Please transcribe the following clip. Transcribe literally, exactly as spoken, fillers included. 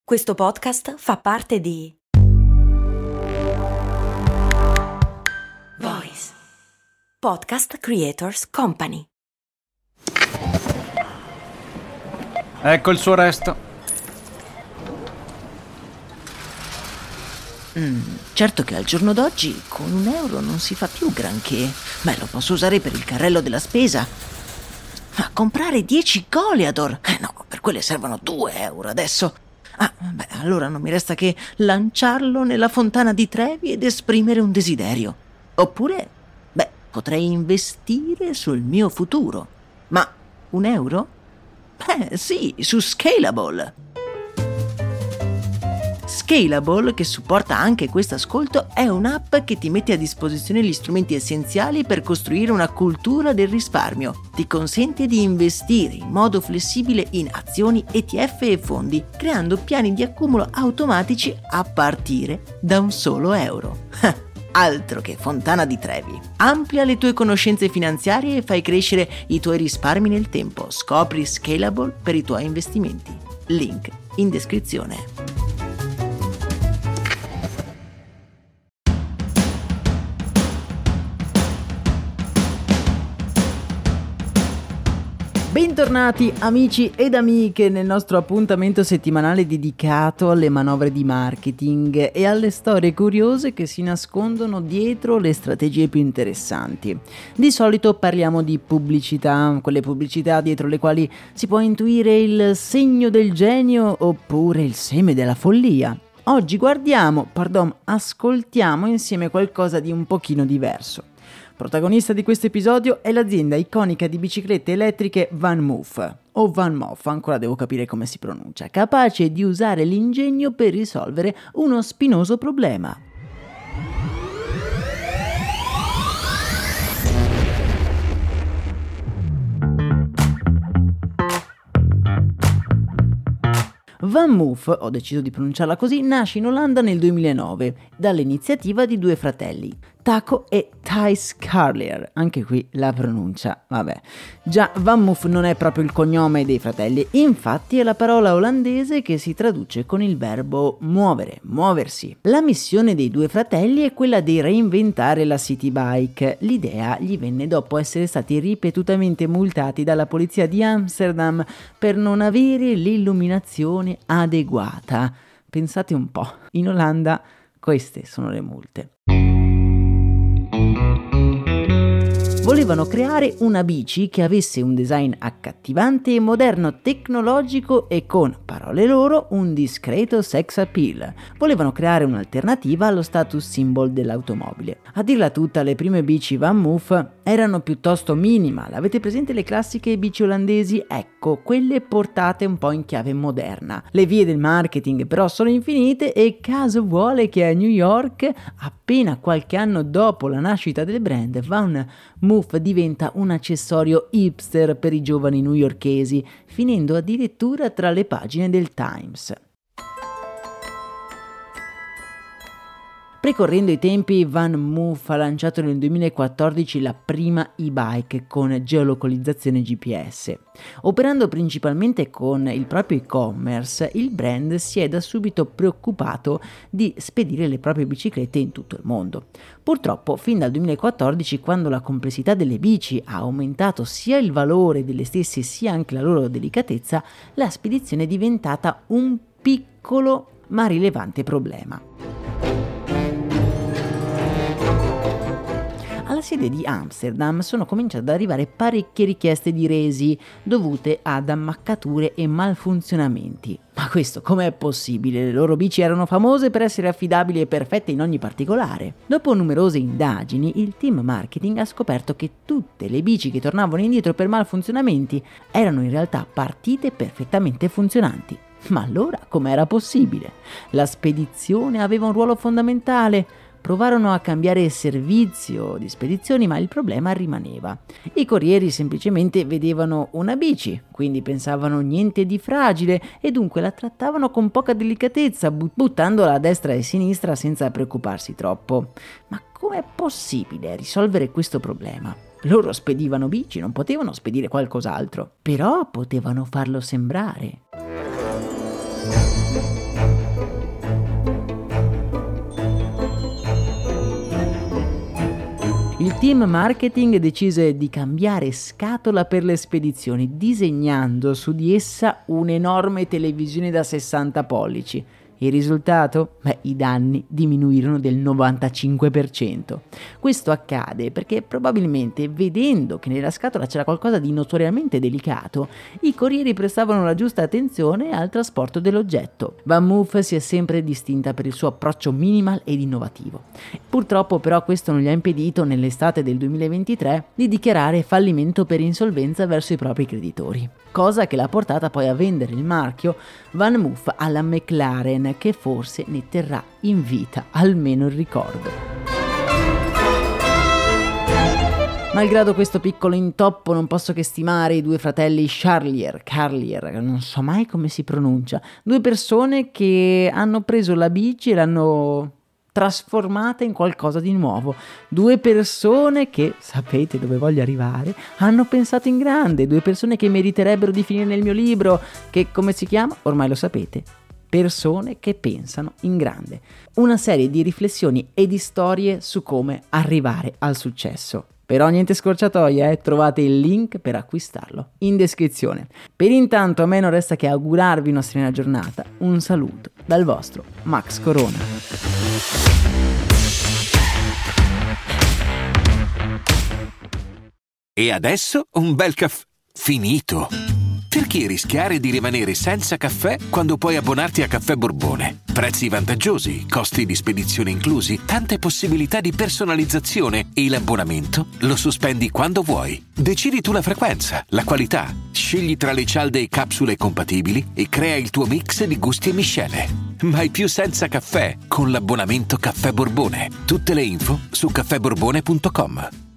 Questo podcast fa parte di Voice Podcast Creators Company. Ecco il suo resto. Mm, certo che al giorno d'oggi con un euro non si fa più granché. Beh, lo posso usare per il carrello della spesa. Ma comprare dieci Goliador? Eh no, per quelle servono due euro adesso. Ah, beh, allora non mi resta che lanciarlo nella fontana di Trevi ed esprimere un desiderio. Oppure, beh, potrei investire sul mio futuro. Ma un euro? Beh, sì, su Scalable. Scalable, che supporta anche questo ascolto, è un'app che ti mette a disposizione gli strumenti essenziali per costruire una cultura del risparmio. Ti consente di investire in modo flessibile in azioni, E T F e fondi, creando piani di accumulo automatici a partire da un solo euro. Altro che fontana di Trevi. Amplia le tue conoscenze finanziarie e fai crescere i tuoi risparmi nel tempo. Scopri Scalable per i tuoi investimenti. Link in descrizione. Bentornati amici ed amiche nel nostro appuntamento settimanale dedicato alle manovre di marketing e alle storie curiose che si nascondono dietro le strategie più interessanti. Di solito parliamo di pubblicità, quelle pubblicità dietro le quali si può intuire il segno del genio oppure il seme della follia. Oggi guardiamo, pardon, ascoltiamo insieme qualcosa di un pochino diverso. Protagonista di questo episodio è l'azienda iconica di biciclette elettriche VanMoof, o VanMoof, ancora devo capire come si pronuncia, capace di usare l'ingegno per risolvere uno spinoso problema. VanMoof, ho deciso di pronunciarla così, nasce in Olanda nel duemilanove dall'iniziativa di due fratelli, Taco e Thijs Carlier, anche qui la pronuncia, vabbè. Già, VanMoof non è proprio il cognome dei fratelli, infatti è la parola olandese che si traduce con il verbo muovere, muoversi. La missione dei due fratelli è quella di reinventare la city bike. L'idea gli venne dopo essere stati ripetutamente multati dalla polizia di Amsterdam per non avere l'illuminazione adeguata. Pensate un po', in Olanda queste sono le multe. Volevano creare una bici che avesse un design accattivante e moderno, tecnologico e con, parole loro, un discreto sex appeal. Volevano creare un'alternativa allo status symbol dell'automobile. A dirla tutta, le prime bici VanMoof erano piuttosto minimal. Avete presente le classiche bici olandesi? Ecco, quelle portate un po' in chiave moderna. Le vie del marketing però sono infinite e caso vuole che a New York, appena qualche anno dopo la nascita del brand, VanMoof diventa un accessorio hipster per i giovani newyorkesi, finendo addirittura tra le pagine del Times. Precorrendo i tempi, VanMoof ha lanciato nel duemilaquattordici la prima e-bike con geolocalizzazione G P S. Operando principalmente con il proprio e-commerce, il brand si è da subito preoccupato di spedire le proprie biciclette in tutto il mondo. Purtroppo, fin dal duemilaquattordici, quando la complessità delle bici ha aumentato sia il valore delle stesse sia anche la loro delicatezza, la spedizione è diventata un piccolo ma rilevante problema. Alla sede di Amsterdam sono cominciate ad arrivare parecchie richieste di resi dovute ad ammaccature e malfunzionamenti. Ma questo com'è possibile? Le loro bici erano famose per essere affidabili e perfette in ogni particolare. Dopo numerose indagini, il team marketing ha scoperto che tutte le bici che tornavano indietro per malfunzionamenti erano in realtà partite perfettamente funzionanti. Ma allora com'era possibile? La spedizione aveva un ruolo fondamentale. Provarono a cambiare il servizio di spedizioni, ma il problema rimaneva. I corrieri semplicemente vedevano una bici, quindi pensavano niente di fragile e dunque la trattavano con poca delicatezza, buttandola a destra e a sinistra senza preoccuparsi troppo. Ma com'è possibile risolvere questo problema? Loro spedivano bici, non potevano spedire qualcos'altro, però potevano farlo sembrare. team marketing decise di cambiare scatola per le spedizioni, disegnando su di essa un'enorme televisione da sessanta pollici. Il risultato? Beh, i danni diminuirono del novantacinque per cento. Questo accade perché probabilmente, vedendo che nella scatola c'era qualcosa di notoriamente delicato, i corrieri prestavano la giusta attenzione al trasporto dell'oggetto. VanMoof si è sempre distinta per il suo approccio minimal ed innovativo. Purtroppo però questo non gli ha impedito, nell'estate del duemilaventitré, di dichiarare fallimento per insolvenza verso i propri creditori, cosa che l'ha portata poi a vendere il marchio VanMoof alla McLaren, che forse ne terrà in vita almeno il ricordo. Malgrado questo piccolo intoppo, non posso che stimare i due fratelli Charlier, Carlier, non so mai come si pronuncia, due persone che hanno preso la bici e l'hanno trasformata in qualcosa di nuovo. Due persone che, sapete dove voglio arrivare, hanno pensato in grande, due persone che meriterebbero di finire nel mio libro, che come si chiama? Ormai lo sapete. Persone che pensano in grande. Una serie di riflessioni e di storie su come arrivare al successo. Però niente scorciatoia, eh? Trovate il link per acquistarlo in descrizione. Per intanto a me non resta che augurarvi una serena giornata. Un saluto dal vostro Max Corona. E adesso un bel caffè finito. Perché rischiare di rimanere senza caffè quando puoi abbonarti a Caffè Borbone? Prezzi vantaggiosi, costi di spedizione inclusi, tante possibilità di personalizzazione e l'abbonamento lo sospendi quando vuoi. Decidi tu la frequenza, la qualità, scegli tra le cialde e capsule compatibili e crea il tuo mix di gusti e miscele. Mai più senza caffè con l'abbonamento Caffè Borbone. Tutte le info su caffè borbone punto com.